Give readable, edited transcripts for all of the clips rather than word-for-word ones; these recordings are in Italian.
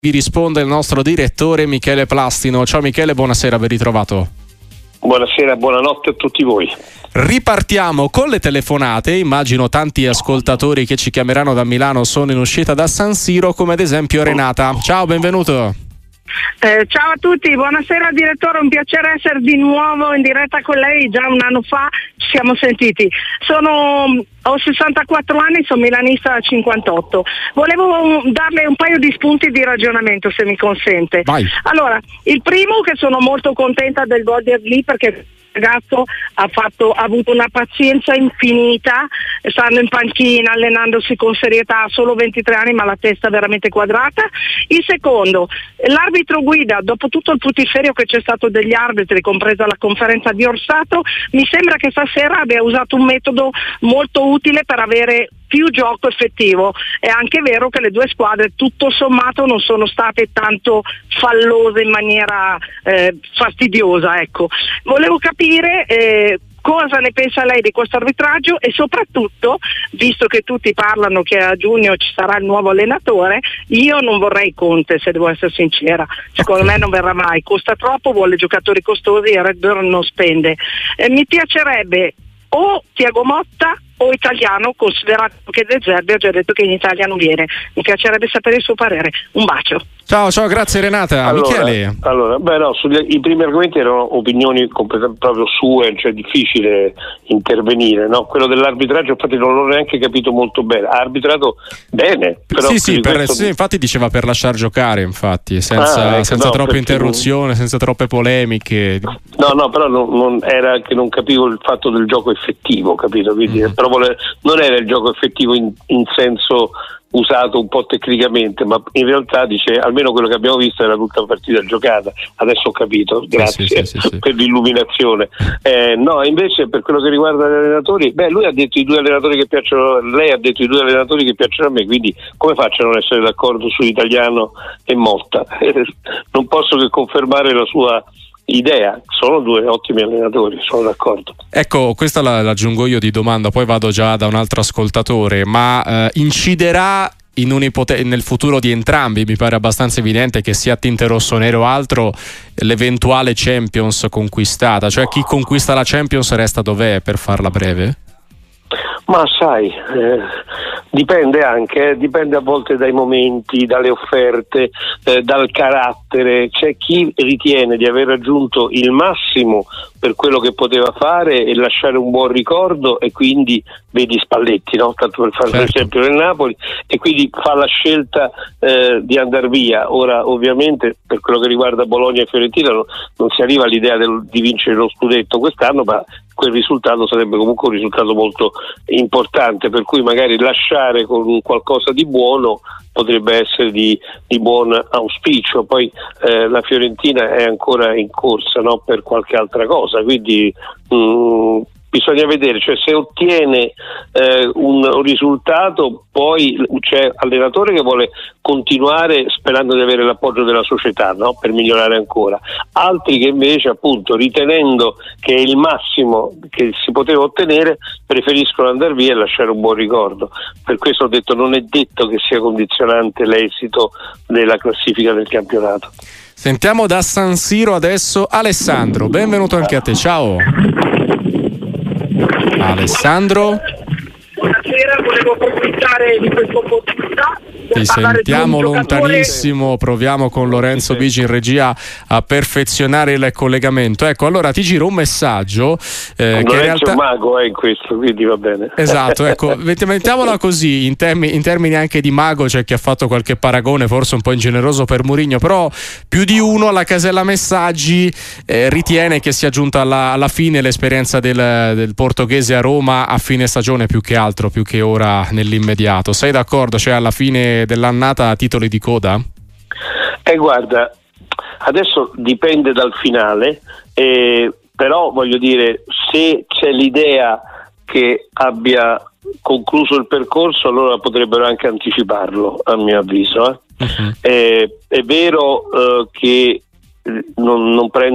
Vi risponde il nostro direttore Michele Plastino. Ciao Michele, buonasera, ben ritrovato. Buonasera, buonanotte a tutti voi. Ripartiamo con le telefonate. Immagino tanti ascoltatori che ci chiameranno da Milano sono in uscita da San Siro, come ad esempio Renata. Ciao, benvenuto. Ciao a tutti, buonasera direttore, un piacere essere di nuovo in diretta con lei. Già un anno fa ci siamo sentiti. Ho 64 anni, sono milanista da 58. Volevo darle un paio di spunti di ragionamento, se mi consente. Vai. Allora, il primo, che sono molto contenta del gol di lì, perché il ragazzo ha avuto una pazienza infinita, stando in panchina, allenandosi con serietà, solo 23 anni ma la testa veramente quadrata. Il secondo, l'arbitro guida, dopo tutto il putiferio che c'è stato degli arbitri, compresa la conferenza di Orsato, mi sembra che stasera abbia usato un metodo molto utile per avere più gioco effettivo. È anche vero che le due squadre tutto sommato non sono state tanto fallose in maniera fastidiosa, ecco. Volevo capire cosa ne pensa lei di questo arbitraggio e soprattutto, visto che tutti parlano che a giugno ci sarà il nuovo allenatore, io non vorrei Conte, se devo essere sincera. Secondo me non verrà mai, costa troppo, vuole giocatori costosi e Red Bull non spende. Mi piacerebbe o Thiago Motta o Italiano, considerato che De Zerbi ha già detto che in Italia non viene. Mi piacerebbe sapere il suo parere. Un bacio. Ciao, grazie Renata. Michele. I primi argomenti erano opinioni proprio sue, cioè difficile intervenire, no? Quello dell'arbitraggio infatti non l'ho neanche capito molto bene. Ha arbitrato bene, però infatti diceva per lasciar giocare, infatti, senza troppe interruzioni, senza troppe polemiche. No, però non era che non capivo il fatto del gioco effettivo, capito? Quindi, però non era il gioco effettivo in senso usato un po' tecnicamente, ma in realtà dice almeno quello che abbiamo visto era tutta la partita giocata. Adesso ho capito, grazie per l'illuminazione. No, invece per quello che riguarda gli allenatori, lui ha detto i due allenatori che piacciono, lei ha detto i due allenatori che piacciono a me, quindi come faccio a non essere d'accordo su Italiano e Motta? Non posso che confermare la sua idea, sono due ottimi allenatori, sono d'accordo. Ecco, questa l'aggiungo io di domanda, poi vado già da un altro ascoltatore, ma inciderà nel futuro di entrambi? Mi pare abbastanza evidente che sia tinte rosso-nero o altro l'eventuale Champions conquistata, cioè chi conquista la Champions resta dov'è, per farla breve? Ma sai, dipende a volte dai momenti, dalle offerte, dal carattere. C'è chi ritiene di aver raggiunto il massimo per quello che poteva fare e lasciare un buon ricordo, e quindi vedi Spalletti, no? Tanto per fare l'esempio del Napoli, e quindi fa la scelta di andare via. Ora ovviamente per quello che riguarda Bologna e Fiorentina non si arriva all'idea di vincere lo scudetto quest'anno, ma quel risultato sarebbe comunque un risultato molto importante, per cui magari lasciare con qualcosa di buono potrebbe essere di buon auspicio. Poi la Fiorentina è ancora in corsa, no? Per qualche altra cosa, quindi bisogna vedere, cioè se ottiene un risultato, poi c'è allenatore che vuole continuare sperando di avere l'appoggio della società, no? Per migliorare ancora, altri che invece, appunto, ritenendo che è il massimo che si poteva ottenere, preferiscono andare via e lasciare un buon ricordo. Per questo ho detto, non è detto che sia condizionante l'esito della classifica del campionato. Sentiamo da San Siro adesso Alessandro, benvenuto anche a te. Ciao Alessandro. Buonasera, volevo approfittare di questa opportunità. Ti sentiamo lontanissimo, proviamo con Lorenzo Bigi in regia a perfezionare il collegamento. Ecco, allora ti giro un messaggio che in realtà è un mago in questo, quindi va bene. Esatto, ecco, mettiamola così, in termini anche di mago. C'è chi ha fatto qualche paragone, forse un po' ingeneroso per Mourinho, però più di uno alla casella messaggi ritiene che sia giunta alla fine l'esperienza del portoghese a Roma a fine stagione, più che altro, più che ora nell'immediato. Sei d'accordo? Cioè alla fine dell'annata a titoli di coda? Guarda, adesso dipende dal finale, però voglio dire, se c'è l'idea che abbia concluso il percorso, allora potrebbero anche anticiparlo, a mio avviso. Uh-huh. È vero che non prende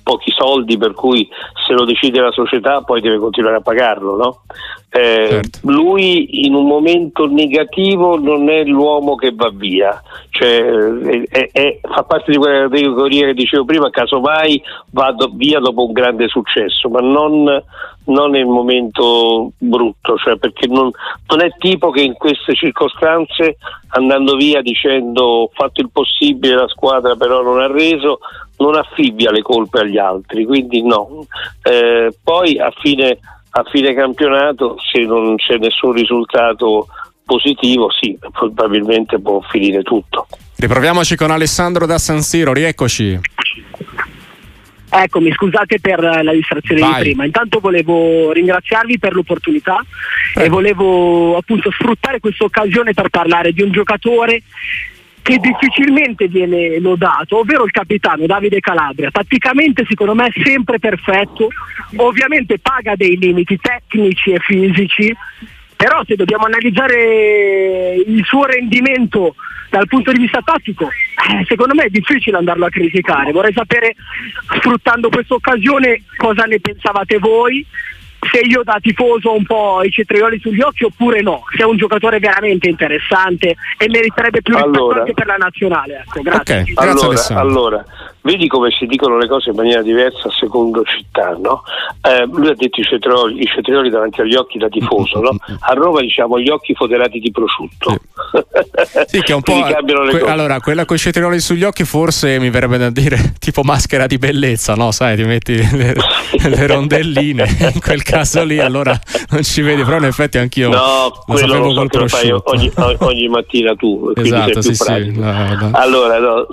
pochi soldi, per cui se lo decide la società poi deve continuare a pagarlo, no? Certo. Lui in un momento negativo non è l'uomo che va via, cioè fa parte di quella categoria che dicevo prima, casomai vado via dopo un grande successo, ma non nel momento brutto, cioè perché non è tipo che in queste circostanze, andando via dicendo ho fatto il possibile, la squadra però non ha reso, non affibbia le colpe agli altri, quindi no. Poi a fine campionato, se non c'è nessun risultato positivo, sì, probabilmente può finire tutto. Riproviamoci con Alessandro da San Siro, rieccoci. Eccomi, scusate per la distrazione di prima. Intanto volevo ringraziarvi per l'opportunità e volevo appunto sfruttare questa occasione per parlare di un giocatore che difficilmente viene lodato, ovvero il capitano Davide Calabria. Tatticamente secondo me è sempre perfetto, ovviamente paga dei limiti tecnici e fisici, però se dobbiamo analizzare il suo rendimento dal punto di vista tattico, secondo me è difficile andarlo a criticare. Vorrei sapere, sfruttando questa occasione, cosa ne pensavate voi, se io da tifoso ho un po' i cetrioli sugli occhi oppure no, se è un giocatore veramente interessante e meriterebbe più rispetto anche per la nazionale. Ecco, grazie. Okay, grazie allora, vedi come si dicono le cose in maniera diversa a secondo città, no? Lui ha detto i cetrioli davanti agli occhi da tifoso, no? A Roma diciamo gli occhi foderati di prosciutto. Sì, che è un po'. Allora, quella con i cetrioli sugli occhi forse mi verrebbe da dire tipo maschera di bellezza, no? Sai, ti metti le rondelline, in quel caso lì allora non ci vedi, però in effetti anch'io lo sapevo col prosciutto. Ogni mattina tu, esatto, sei più pratico. Allora, no,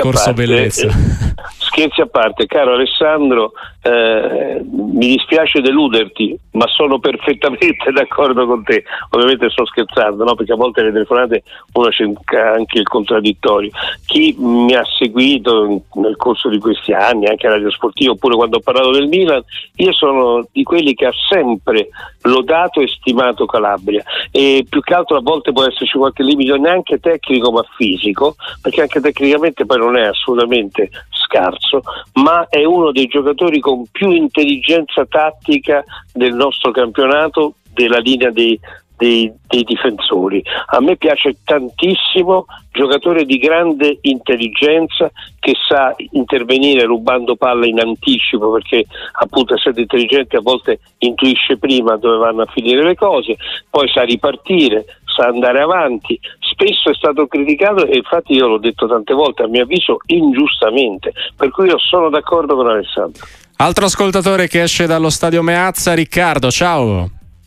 scherzi a parte, caro Alessandro, mi dispiace deluderti, ma sono perfettamente d'accordo con te. Ovviamente sto scherzando, no? Perché a volte nelle telefonate uno cerca anche il contraddittorio. Chi mi ha seguito nel corso di questi anni, anche a Radio Sportivo, oppure quando ho parlato del Milan, io sono di quelli che ha sempre lodato e stimato Calabria, e più che altro a volte può esserci qualche limite neanche tecnico ma fisico, perché anche tecnicamente poi non è assolutamente scarso, ma è uno dei giocatori con più intelligenza tattica del nostro campionato, della linea dei difensori. A me piace tantissimo, giocatore di grande intelligenza che sa intervenire rubando palla in anticipo, perché appunto essendo intelligente a volte intuisce prima dove vanno a finire le cose, poi sa ripartire, sa andare avanti. Spesso è stato criticato e infatti io l'ho detto tante volte, a mio avviso ingiustamente, per cui io sono d'accordo con Alessandro. Altro ascoltatore che esce dallo stadio Meazza, Riccardo, ciao.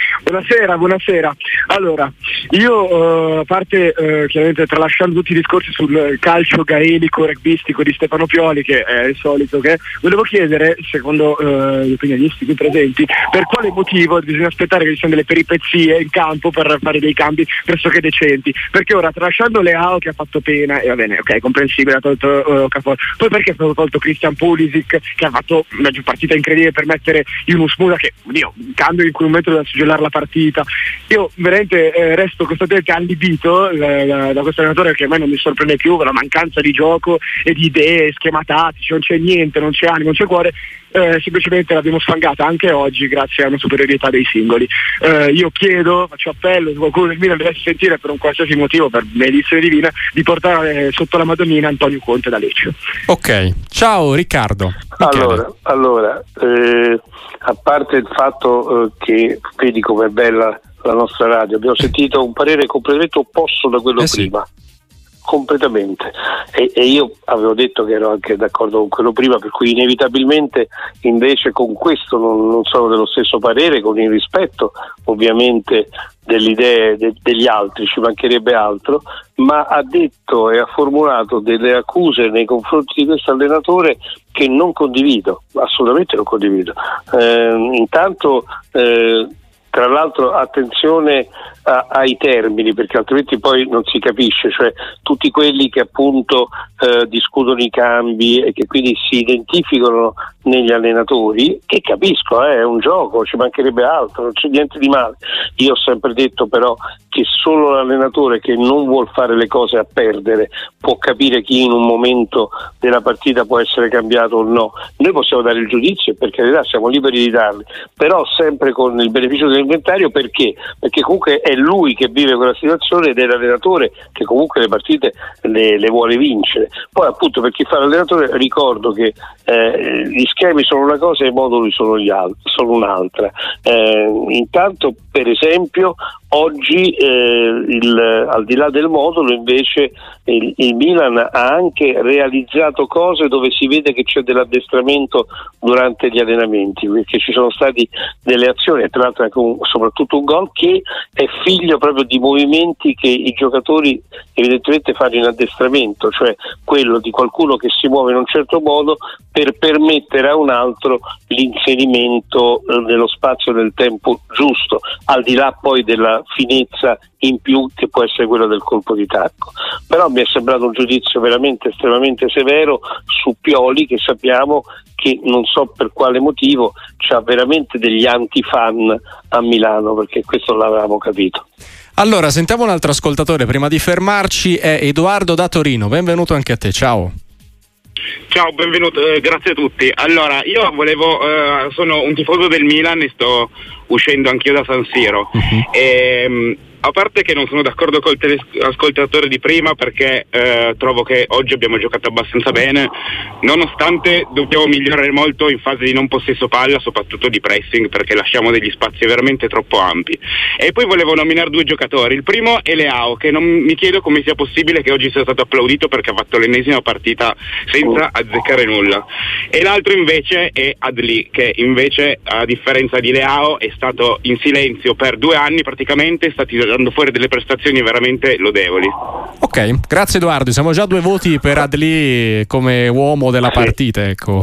Buonasera. Allora, io a parte chiaramente tralasciando tutti i discorsi sul calcio gaelico, rugbyistico di Stefano Pioli, che è il solito che volevo chiedere, secondo gli opinionisti qui presenti, per quale motivo bisogna aspettare che ci siano delle peripezie in campo per fare dei cambi pressoché decenti, perché ora tralasciando Leao che ha fatto pena, e va bene, ok, comprensibile, ha tolto Cafor, poi perché è stato tolto Christian Pulisic che ha fatto una partita incredibile per mettere Yunus Musa che, oddio, un cambio in quel momento doveva suggellare la partita. Io veramente resto costantemente allibito da questo allenatore, che a me non mi sorprende più per la mancanza di gioco e di idee, schema tattici, non c'è niente, non c'è animo, non c'è cuore. Semplicemente l'abbiamo sfangata anche oggi grazie a una superiorità dei singoli. Io chiedo, faccio appello, se qualcuno del Milan dovesse sentire per un qualsiasi motivo, per benedizione divina, di portare sotto la Madonnina Antonio Conte da Lecce. Ok, ciao Riccardo. Allora, a parte il fatto che vedi com'è bella la nostra radio, abbiamo sentito un parere completamente opposto da quello prima. Sì. Completamente, e io avevo detto che ero anche d'accordo con quello prima, per cui inevitabilmente invece con questo non sono dello stesso parere, con il rispetto ovviamente delle idee degli altri, ci mancherebbe altro, ma ha detto e ha formulato delle accuse nei confronti di questo allenatore che non condivido, assolutamente non condivido. Intanto tra l'altro attenzione ai termini, perché altrimenti poi non si capisce, cioè tutti quelli che appunto discutono i cambi e che quindi si identificano negli allenatori, che capisco, è un gioco, ci mancherebbe altro, non c'è niente di male. Io ho sempre detto però che solo l'allenatore che non vuol fare le cose a perdere può capire chi in un momento della partita può essere cambiato o no. Noi possiamo dare il giudizio e per carità siamo liberi di darli, però sempre con il beneficio dell'inventario. Perché comunque è lui che vive quella situazione ed è l'allenatore che comunque le partite le vuole vincere. Poi appunto per chi fa l'allenatore ricordo che gli schemi sono una cosa e i moduli sono un'altra. Intanto per esempio oggi al di là del modulo invece il Milan ha anche realizzato cose dove si vede che c'è dell'addestramento durante gli allenamenti, perché ci sono stati delle azioni e tra l'altro anche soprattutto un gol che è figlio proprio di movimenti che i giocatori evidentemente fanno in addestramento, cioè quello di qualcuno che si muove in un certo modo per permettere a un altro l'inserimento nello spazio del tempo giusto, al di là poi della finezza in più che può essere quella del colpo di tacco. Però mi è sembrato un giudizio veramente estremamente severo su Pioli, che sappiamo che non so per quale motivo c'ha veramente degli antifan a Milano, perché questo l'avevamo capito. Allora sentiamo un altro ascoltatore prima di fermarci, è Edoardo da Torino. Benvenuto anche a te, ciao. Ciao, benvenuto, grazie a tutti. Allora, io sono un tifoso del Milan e sto uscendo anch'io da San Siro. A parte che non sono d'accordo col ascoltatore di prima, perché trovo che oggi abbiamo giocato abbastanza bene, nonostante dobbiamo migliorare molto in fase di non possesso palla, soprattutto di pressing, perché lasciamo degli spazi veramente troppo ampi. E poi volevo nominare due giocatori. Il primo è Leao, che non mi chiedo come sia possibile che oggi sia stato applaudito perché ha fatto l'ennesima partita senza azzeccare nulla. E l'altro invece è Adli, che invece a differenza di Leao è stato in silenzio per 2 anni praticamente, sta tirando fuori delle prestazioni veramente lodevoli. Ok, grazie Edoardo, siamo già 2 voti per Adli come uomo della partita, ecco.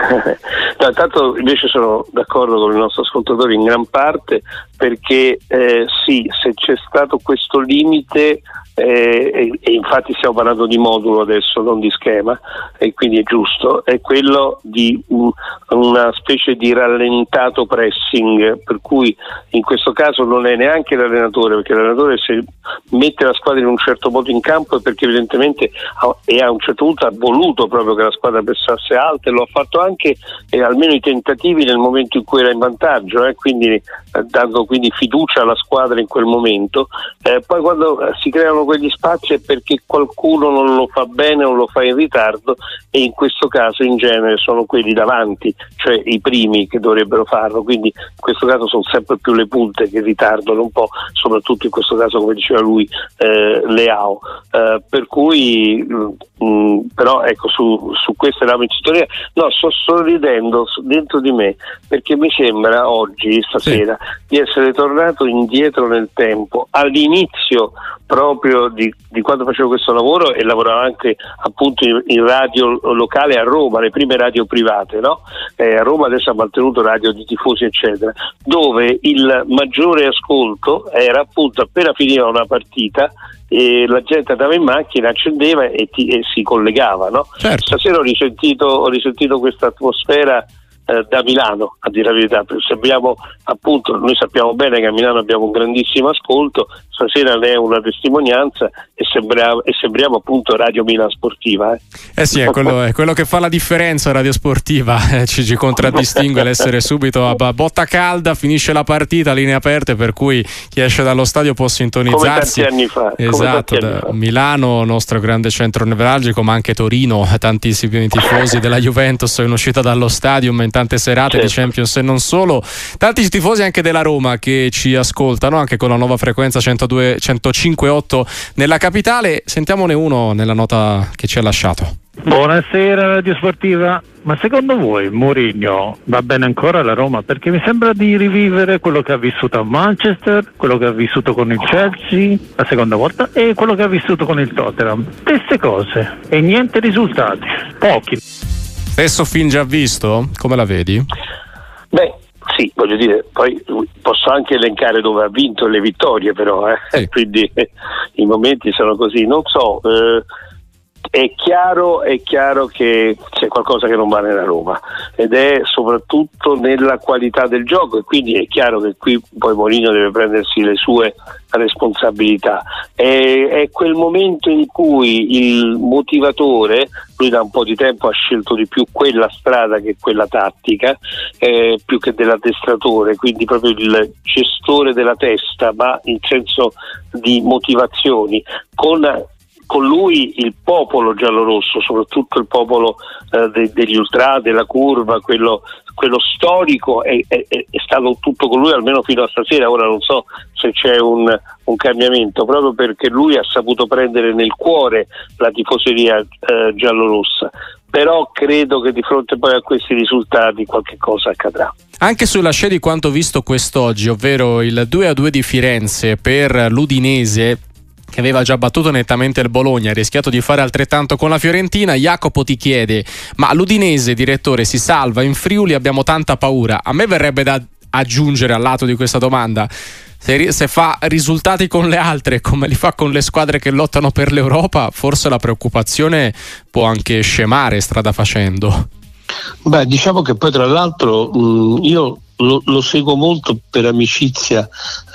No, intanto invece sono d'accordo con il nostro ascoltatore in gran parte, perché sì, se c'è stato questo limite e infatti stiamo parlando di modulo adesso, non di schema, e quindi è giusto, è quello di una specie di rallentato pressing, per cui in questo caso non è neanche l'allenatore, perché l'allenatore se mette la squadra in un certo modo in campo è perché evidentemente a un certo punto ha voluto proprio che la squadra pensasse alta, e lo ha fatto anche almeno i tentativi nel momento in cui era in vantaggio, quindi dando quindi fiducia alla squadra in quel momento. Poi quando si creano quegli spazi è perché qualcuno non lo fa bene o lo fa in ritardo, e in questo caso in genere sono quelli davanti, cioè i primi, che dovrebbero farlo, quindi in questo caso sono sempre più le punte che ritardano un po', soprattutto in questo caso come diceva lui Leao, per cui però ecco su questo eravamo in sintonia. No, sto sorridendo dentro di me perché mi sembra oggi, stasera, di essere tornato indietro nel tempo, all'inizio proprio di quando facevo questo lavoro, e lavoravo anche appunto in radio locale a Roma, le prime radio private, no? A Roma adesso ha mantenuto radio di tifosi eccetera, dove il maggiore ascolto era appunto appena finiva una partita e la gente andava in macchina, accendeva e si collegava, no? Certo. Stasera ho risentito questa atmosfera da Milano, a dire la verità. Noi sappiamo bene che a Milano abbiamo un grandissimo ascolto, stasera ne è una testimonianza e sembriamo appunto Radio Milan Sportiva. Sì, è quello che fa la differenza. Radio Sportiva ci contraddistingue l'essere subito a botta calda, finisce la partita, linee aperte, per cui chi esce dallo stadio può sintonizzarsi. Come tanti anni fa. Esatto, Milano, nostro grande centro nevralgico, ma anche Torino, tantissimi tifosi della Juventus in uscita dallo stadium in tante serate di Champions e non solo, tanti tifosi anche della Roma che ci ascoltano anche con la nuova frequenza 105.8 nella capitale. Sentiamone uno nella nota che ci ha lasciato. Buonasera Radio Sportiva, ma secondo voi Mourinho va bene ancora alla Roma? Perché mi sembra di rivivere quello che ha vissuto a Manchester, quello che ha vissuto con il Chelsea la seconda volta e quello che ha vissuto con il Tottenham, stesse cose e niente risultati, pochi. Stesso film già visto? Come la vedi? Beh, sì, voglio dire, poi posso anche elencare dove ha vinto le vittorie, però, sì. Quindi i momenti sono così. Non so, È chiaro che c'è qualcosa che non va nella Roma, ed è soprattutto nella qualità del gioco, e quindi è chiaro che qui poi Mourinho deve prendersi le sue responsabilità. È quel momento in cui il motivatore, lui da un po' di tempo ha scelto di più quella strada che quella tattica, più che dell'addestratore, quindi proprio il gestore della testa, ma in senso di motivazioni, con lui il popolo giallorosso, soprattutto il popolo degli ultra, della curva, quello storico, è stato tutto con lui almeno fino a stasera. Ora non so se c'è un cambiamento, proprio perché lui ha saputo prendere nel cuore la tifoseria giallorossa. Però credo che di fronte poi a questi risultati qualche cosa accadrà. Anche sulla scia di quanto visto quest'oggi, ovvero il 2-2 di Firenze per l'Udinese, che aveva già battuto nettamente il Bologna, ha rischiato di fare altrettanto con la Fiorentina. Jacopo ti chiede: ma l'Udinese, direttore, si salva? In Friuli abbiamo tanta paura. A me verrebbe da aggiungere al lato di questa domanda: se fa risultati con le altre come li fa con le squadre che lottano per l'Europa, forse la preoccupazione può anche scemare strada facendo. Beh, diciamo che poi tra l'altro io lo seguo molto per amicizia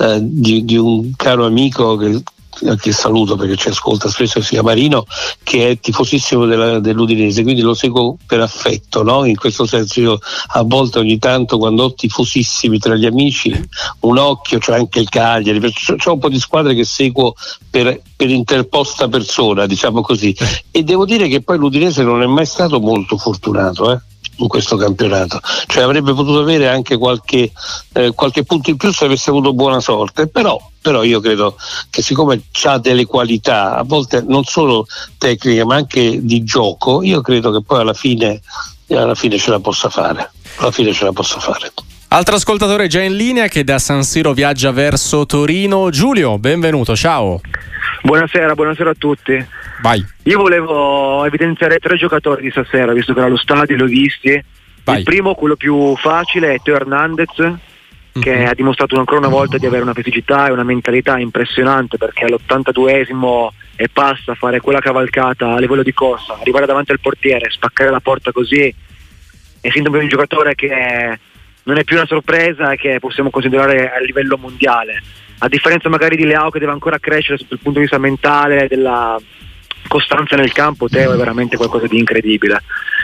di un caro amico che saluto perché ci ascolta spesso, si chiama Marino, che è tifosissimo dell'Udinese, quindi lo seguo per affetto, no? In questo senso io a volte ogni tanto, quando ho tifosissimi tra gli amici, un occhio, c'è anche il Cagliari, c'è un po' di squadre che seguo per interposta persona, diciamo così, e devo dire che poi l'Udinese non è mai stato molto fortunato in questo campionato, cioè avrebbe potuto avere anche qualche punto in più se avesse avuto buona sorte, però io credo che siccome c'ha delle qualità, a volte non solo tecniche ma anche di gioco, io credo che poi alla fine ce la possa fare. Altro ascoltatore già in linea che da San Siro viaggia verso Torino. Giulio, benvenuto, ciao. Buonasera a tutti. Vai. Io volevo evidenziare 3 giocatori di stasera, visto che era allo stadio, l'ho visti. Vai. Il primo, quello più facile, è Teo Hernandez, che ha dimostrato ancora una volta di avere una fisicità e una mentalità impressionante, perché all'82esimo e passa a fare quella cavalcata a livello di corsa, arrivare davanti al portiere, spaccare la porta così, è sintomo di un giocatore che non è più una sorpresa e che possiamo considerare a livello mondiale, a differenza magari di Leao, che deve ancora crescere dal punto di vista mentale, della costanza nel campo. Teo è veramente qualcosa di incredibile.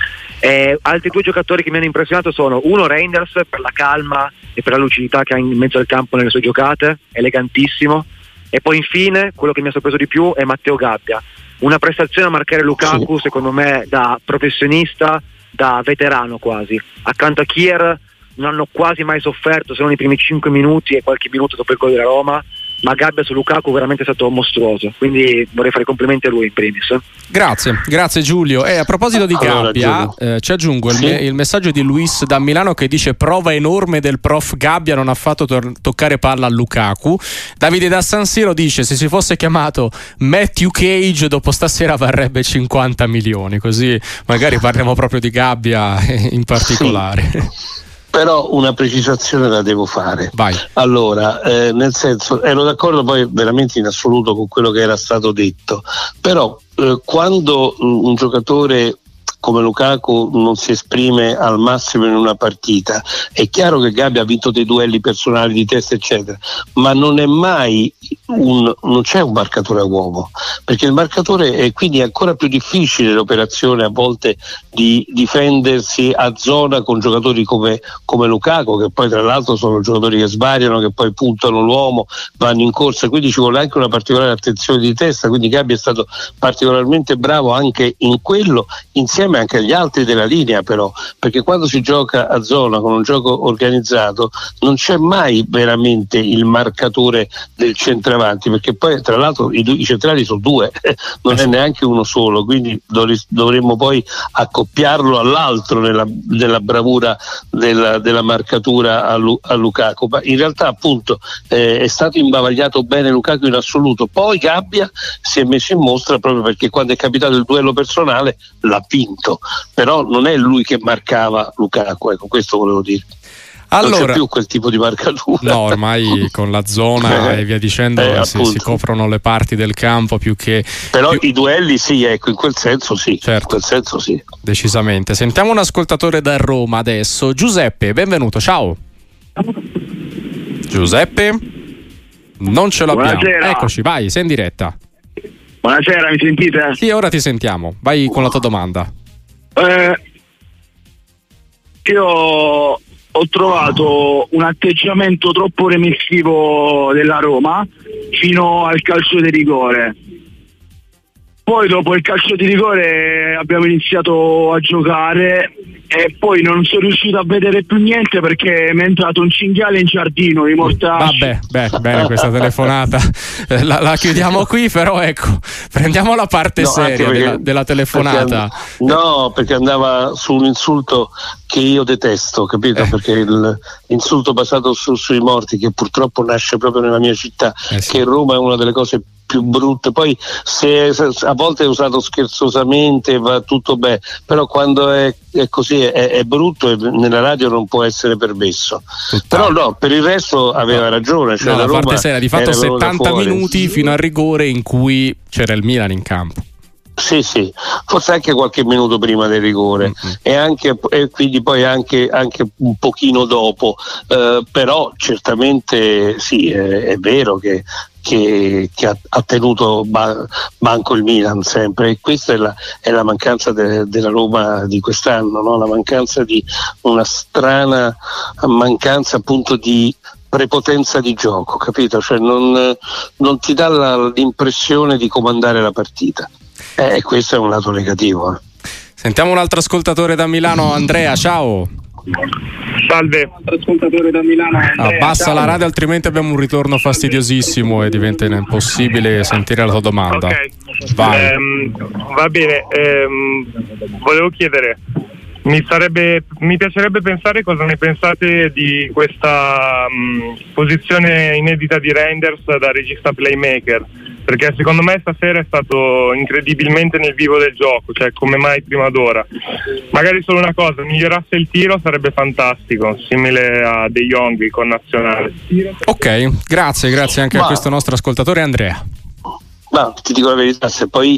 Altri 2 giocatori che mi hanno impressionato sono uno, Reinders, per la calma e per la lucidità che ha in mezzo al campo nelle sue giocate, elegantissimo, e poi infine quello che mi ha sorpreso di più è Matteo Gabbia, una prestazione a marcare Lukaku secondo me da professionista, da veterano quasi, accanto a Kier non hanno quasi mai sofferto se non i primi 5 minuti e qualche minuto dopo il gol della Roma, ma Gabbia su Lukaku veramente è stato mostruoso, quindi vorrei fare complimenti a lui in primis. Grazie Giulio. A proposito di Gabbia, ci aggiungo il messaggio di Luis da Milano che dice: prova enorme del prof Gabbia, non ha fatto toccare palla a Lukaku. Davide da San Siro dice: se si fosse chiamato Matthew Cage dopo stasera varrebbe 50 milioni, così magari parliamo proprio di Gabbia in particolare. Però una precisazione la devo fare. Vai. Allora, nel senso, ero d'accordo poi veramente in assoluto con quello che era stato detto, però quando un giocatore come Lukaku non si esprime al massimo in una partita, è chiaro che Gabbia ha vinto dei duelli personali di testa eccetera, ma non è mai non c'è un marcatore a uomo, perché il marcatore è quindi ancora più difficile l'operazione a volte di difendersi a zona con giocatori come Lukaku, che poi tra l'altro sono giocatori che svariano, che poi puntano l'uomo, vanno in corsa, quindi ci vuole anche una particolare attenzione di testa, quindi Gabbia è stato particolarmente bravo anche in quello, insieme anche agli altri della linea, però, perché quando si gioca a zona con un gioco organizzato non c'è mai veramente il marcatore del centravanti, perché poi tra l'altro i centrali sono 2, non è neanche uno solo, quindi dovremmo poi accoppiarlo all'altro nella bravura della marcatura a Lukaku, ma in realtà appunto è stato imbavagliato bene Lukaku in assoluto. Poi Gabbia si è messo in mostra proprio perché quando è capitato il duello personale l'ha vinto, però non è lui che marcava Lukaku, ecco, questo volevo dire. Allora, non c'è più quel tipo di marcatura. No, ormai con la zona e via dicendo si coprono le parti del campo più che. Però i duelli sì, ecco, in quel senso sì. Certo. In quel senso sì. Decisamente. Sentiamo un ascoltatore da Roma adesso. Giuseppe, benvenuto, ciao. Giuseppe? Non ce l'abbiamo. Buonasera. Eccoci, vai, sei in diretta. Buonasera, mi sentite? Sì, ora ti sentiamo. Vai con la tua domanda. Io ho trovato un atteggiamento troppo remissivo della Roma fino al calcio di rigore. Poi dopo il calcio di rigore abbiamo iniziato a giocare e poi non sono riuscito a vedere più niente perché mi è entrato un cinghiale in giardino di mortacci. Vabbè, bene questa telefonata. La chiudiamo qui, però ecco, prendiamo la parte seria della telefonata. Perché andava su un insulto che io detesto, capito? Perché l'insulto basato sui morti, che purtroppo nasce proprio nella mia città, che Roma è una delle cose più brutte. Poi se a volte è usato scherzosamente va tutto bene, però quando è così è brutto e nella radio non può essere permesso. Però no, per il resto aveva ragione, cioè la parte seria, di fatto 70 minuti fino al rigore in cui c'era il Milan in campo. Sì, forse anche qualche minuto prima del rigore e quindi poi anche un pochino dopo, però certamente sì, è vero che ha tenuto banco il Milan sempre, e questa è la mancanza della Roma di quest'anno, no? La mancanza di una strana mancanza appunto di prepotenza di gioco, capito? Cioè non ti dà l'impressione di comandare la partita. Questo è un lato negativo. Sentiamo un altro ascoltatore da Milano, Andrea, ciao. Salve, ascoltatore da Milano. Abbassa la radio, altrimenti abbiamo un ritorno fastidiosissimo e diventa impossibile sentire la tua domanda. Ok, vai. Va bene, volevo chiedere, mi piacerebbe pensare cosa ne pensate di questa posizione inedita di Reinders da regista playmaker, perché secondo me stasera è stato incredibilmente nel vivo del gioco, cioè come mai prima d'ora. Magari solo una cosa, migliorasse il tiro sarebbe fantastico, simile a De Jong con nazionale. Ok, grazie anche a questo nostro ascoltatore Andrea. Ma ti dico la verità, se poi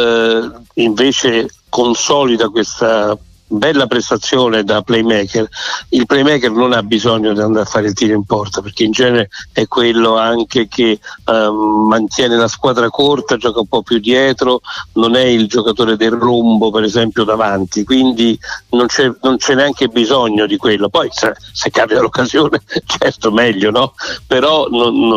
invece consolida questa bella prestazione da playmaker, il playmaker non ha bisogno di andare a fare il tiro in porta, perché in genere è quello anche che mantiene la squadra corta, gioca un po' più dietro, non è il giocatore del rombo per esempio davanti, quindi non c'è neanche bisogno di quello. Poi se capita l'occasione certo meglio, no? Però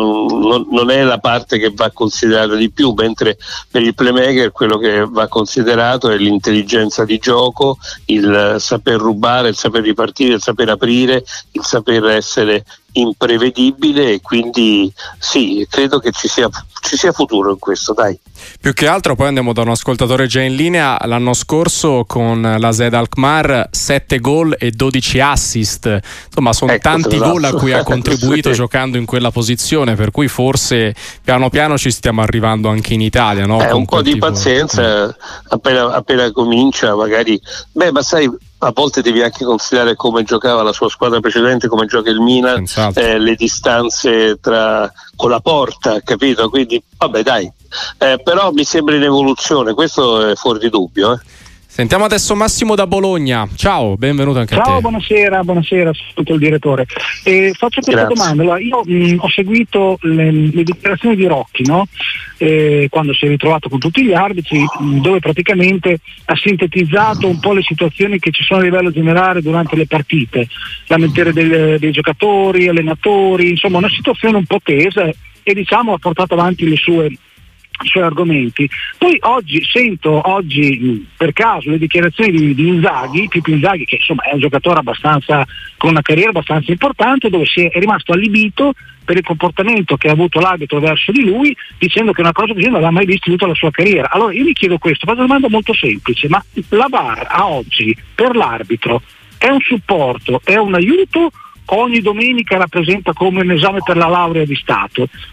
non è la parte che va considerata di più, mentre per il playmaker quello che va considerato è l'intelligenza di gioco, il saper rubare, il saper ripartire, il saper aprire, il saper essere imprevedibile, e quindi sì, credo che ci sia futuro in questo, dai. Più che altro poi andiamo da un ascoltatore già in linea. L'anno scorso con la Zed Alkmaar 7 gol e 12 assist, insomma sono tanti gol a cui ha contribuito giocando in quella posizione, per cui forse piano piano ci stiamo arrivando anche in Italia, no? Un po' di pazienza, appena comincia magari, ma sai, a volte devi anche considerare come giocava la sua squadra precedente, come gioca il Milan, le distanze con la porta, capito? Quindi vabbè dai, però mi sembra in evoluzione, questo è fuori di dubbio. Sentiamo adesso Massimo da Bologna. Ciao, benvenuto anche a te. Ciao, buonasera, tutto il direttore. Faccio questa domanda. Allora, io ho seguito le dichiarazioni di Rocchi, no? Quando si è ritrovato con tutti gli arbitri, dove praticamente ha sintetizzato un po' le situazioni che ci sono a livello generale durante le partite, lamentele dei giocatori, allenatori, insomma una situazione un po' tesa, e diciamo ha portato avanti i suoi argomenti. Poi sento per caso le dichiarazioni di Inzaghi, Pippo Inzaghi, che insomma è un giocatore con una carriera abbastanza importante, dove è rimasto allibito per il comportamento che ha avuto l'arbitro verso di lui, dicendo che una cosa così non l'ha mai vista in tutta la sua carriera. Allora io mi chiedo questo, faccio una domanda molto semplice: ma la VAR a oggi per l'arbitro è un supporto, è un aiuto, o ogni domenica rappresenta come un esame per la laurea di Stato?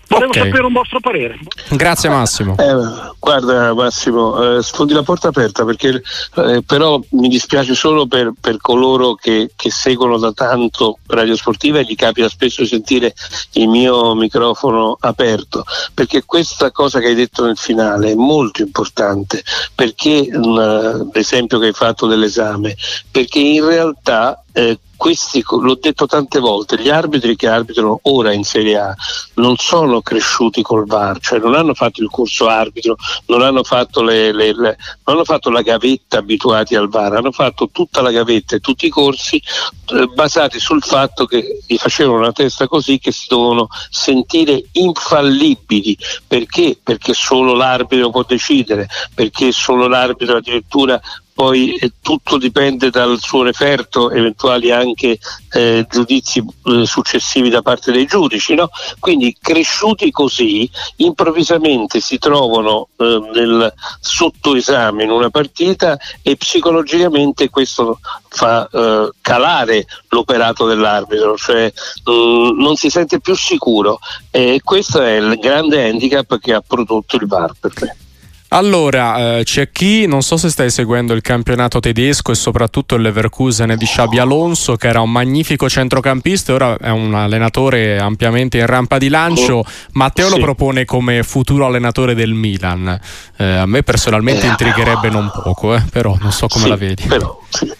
Volevo sapere un vostro parere. Grazie Massimo. Guarda Massimo, sfondi la porta aperta, perché però mi dispiace solo per coloro che seguono da tanto Radio Sportiva e gli capita spesso di sentire il mio microfono aperto, perché questa cosa che hai detto nel finale è molto importante, perché l'esempio che hai fatto dell'esame, perché in realtà questi, l'ho detto tante volte, gli arbitri che arbitrano ora in Serie A non sono cresciuti col VAR, cioè non hanno fatto il corso arbitro, non hanno fatto non hanno fatto la gavetta abituati al VAR, hanno fatto tutta la gavetta e tutti i corsi basati sul fatto che gli facevano una testa così, che si dovevano sentire infallibili. Perché? Perché solo l'arbitro può decidere, perché solo l'arbitro addirittura poi tutto dipende dal suo referto, eventuali anche giudizi successivi da parte dei giudici, no? Quindi cresciuti così, improvvisamente si trovano nel sottoesame in una partita e psicologicamente questo fa calare l'operato dell'arbitro, cioè non si sente più sicuro, e questo è il grande handicap che ha prodotto il VAR per me. Allora, c'è chi, non so se stai seguendo il campionato tedesco e soprattutto il Leverkusen di Xabi Alonso, che era un magnifico centrocampista e ora è un allenatore ampiamente in rampa di lancio. Matteo lo propone come futuro allenatore del Milan. A me personalmente intrigherebbe non poco, però non so come la vedi. Però,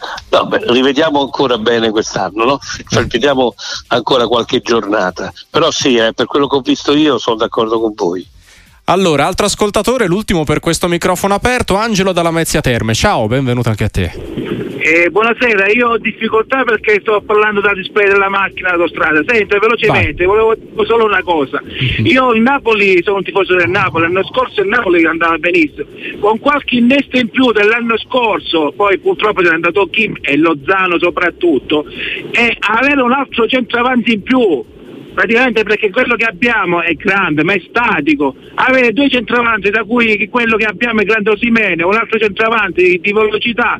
rivediamo ancora bene quest'anno, no? Cioè, vediamo ancora qualche giornata. Però per quello che ho visto io sono d'accordo con voi. Allora, altro ascoltatore, l'ultimo per questo microfono aperto, Angelo dalla Mezzia Terme. Ciao, benvenuto anche a te. Buonasera, io ho difficoltà perché sto parlando dal display della macchina d'autostrada. Senta, velocemente, volevo dire solo una cosa. Io in Napoli sono un tifoso del Napoli, l'anno scorso il Napoli andava benissimo, con qualche innesto in più dell'anno scorso, poi purtroppo è andato Kim e Lozano soprattutto, e avere un altro centravanti in più, praticamente, perché quello che abbiamo è grande ma è statico. Avere due centravanti, da cui quello che abbiamo è grande Osimene, un altro centravanti di velocità,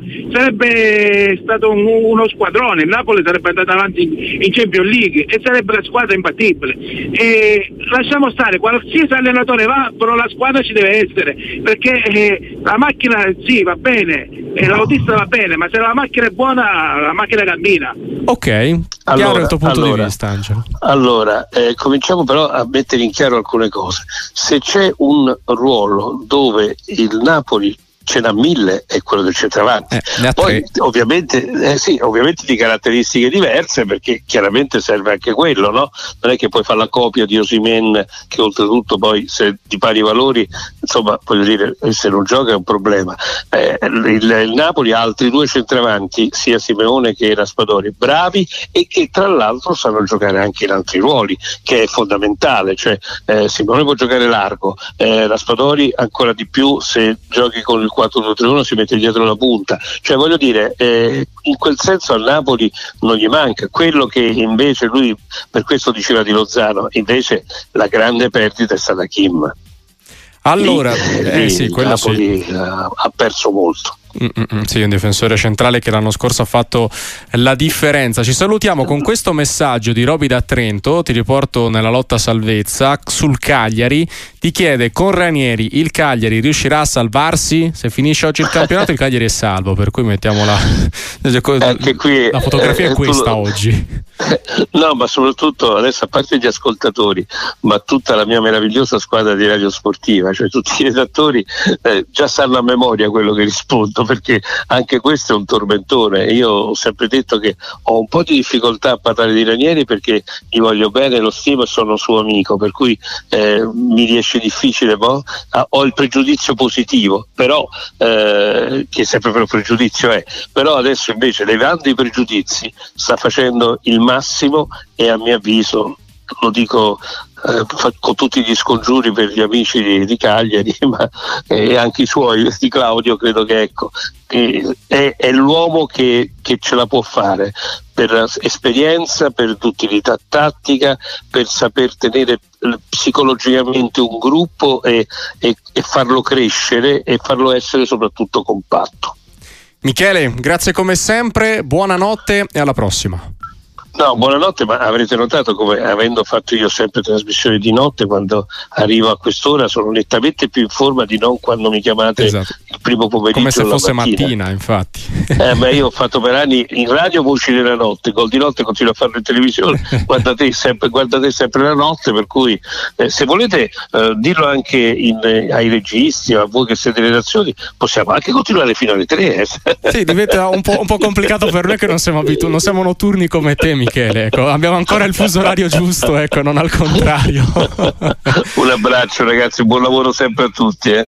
sarebbe stato uno squadrone. Il Napoli sarebbe andato avanti in Champions League e sarebbe la squadra imbattibile. E lasciamo stare, qualsiasi allenatore va, però la squadra ci deve essere, perché la macchina sì va bene e l'autista va bene, ma se la macchina è buona la macchina cammina. Ok, chiaro il tuo punto di vista, Angelo. Allora, cominciamo però a mettere in chiaro alcune cose. Se c'è un ruolo dove il Napoli ce n'ha 1000 è quello del centravanti, poi ovviamente di caratteristiche diverse, perché chiaramente serve anche quello, no? Non è che puoi fare la copia di Osimhen, che oltretutto poi se di pari valori, insomma, voglio dire, se non gioca è un problema. Il Napoli ha altri due centravanti, sia Simeone che Raspadori, bravi e che tra l'altro sanno giocare anche in altri ruoli, che è fondamentale, cioè Simeone può giocare largo, Raspadori ancora di più, se giochi con il 4-2-3-1 si mette dietro la punta, cioè voglio dire, in quel senso al Napoli non gli manca. Quello che invece lui, per questo diceva di Lozano, invece la grande perdita è stata Kim. Allora, il Napoli ha perso molto. Sì, un difensore centrale che l'anno scorso ha fatto la differenza. Ci salutiamo con questo messaggio di Roby da Trento. Ti riporto nella lotta salvezza sul Cagliari. Ti chiede: con Ranieri il Cagliari riuscirà a salvarsi? Se finisce oggi il campionato il Cagliari è salvo, per cui mettiamola anche qui, la fotografia è questa oggi. No, ma soprattutto adesso, a parte gli ascoltatori, ma tutta la mia meravigliosa squadra di Radio Sportiva, cioè tutti i redattori già sanno a memoria quello che rispondo, perché anche questo è un tormentone. Io ho sempre detto che ho un po' di difficoltà a parlare di Ranieri perché gli voglio bene, lo stimo e sono suo amico, per cui mi riesce difficile, ho il pregiudizio positivo, però che sempre per pregiudizio è, però adesso invece, levando i pregiudizi, sta facendo il massimo e a mio avviso, lo dico con tutti gli scongiuri per gli amici di Cagliari, ma anche i suoi, di Claudio, credo che è l'uomo che ce la può fare per esperienza, per duttilità tattica, per saper tenere psicologicamente un gruppo e farlo crescere e farlo essere soprattutto compatto. Michele, grazie come sempre, buonanotte e alla prossima. No, buonanotte, ma avrete notato come, avendo fatto io sempre trasmissioni di notte, quando arrivo a quest'ora sono nettamente più in forma di non quando mi chiamate il primo pomeriggio. Come se fosse mattina, infatti. Ma io ho fatto per anni in radio Voci della Notte, Gol di Notte continuo a farlo in televisione, guardate sempre la notte, per cui se volete dirlo anche ai registi o a voi che siete in redazioni, possiamo anche continuare fino alle 3. Sì, diventa un po' complicato per noi che non siamo abituati, non siamo notturni come te, Michele, ecco, abbiamo ancora il fuso orario giusto, ecco, non al contrario. Un abbraccio ragazzi, buon lavoro sempre a tutti.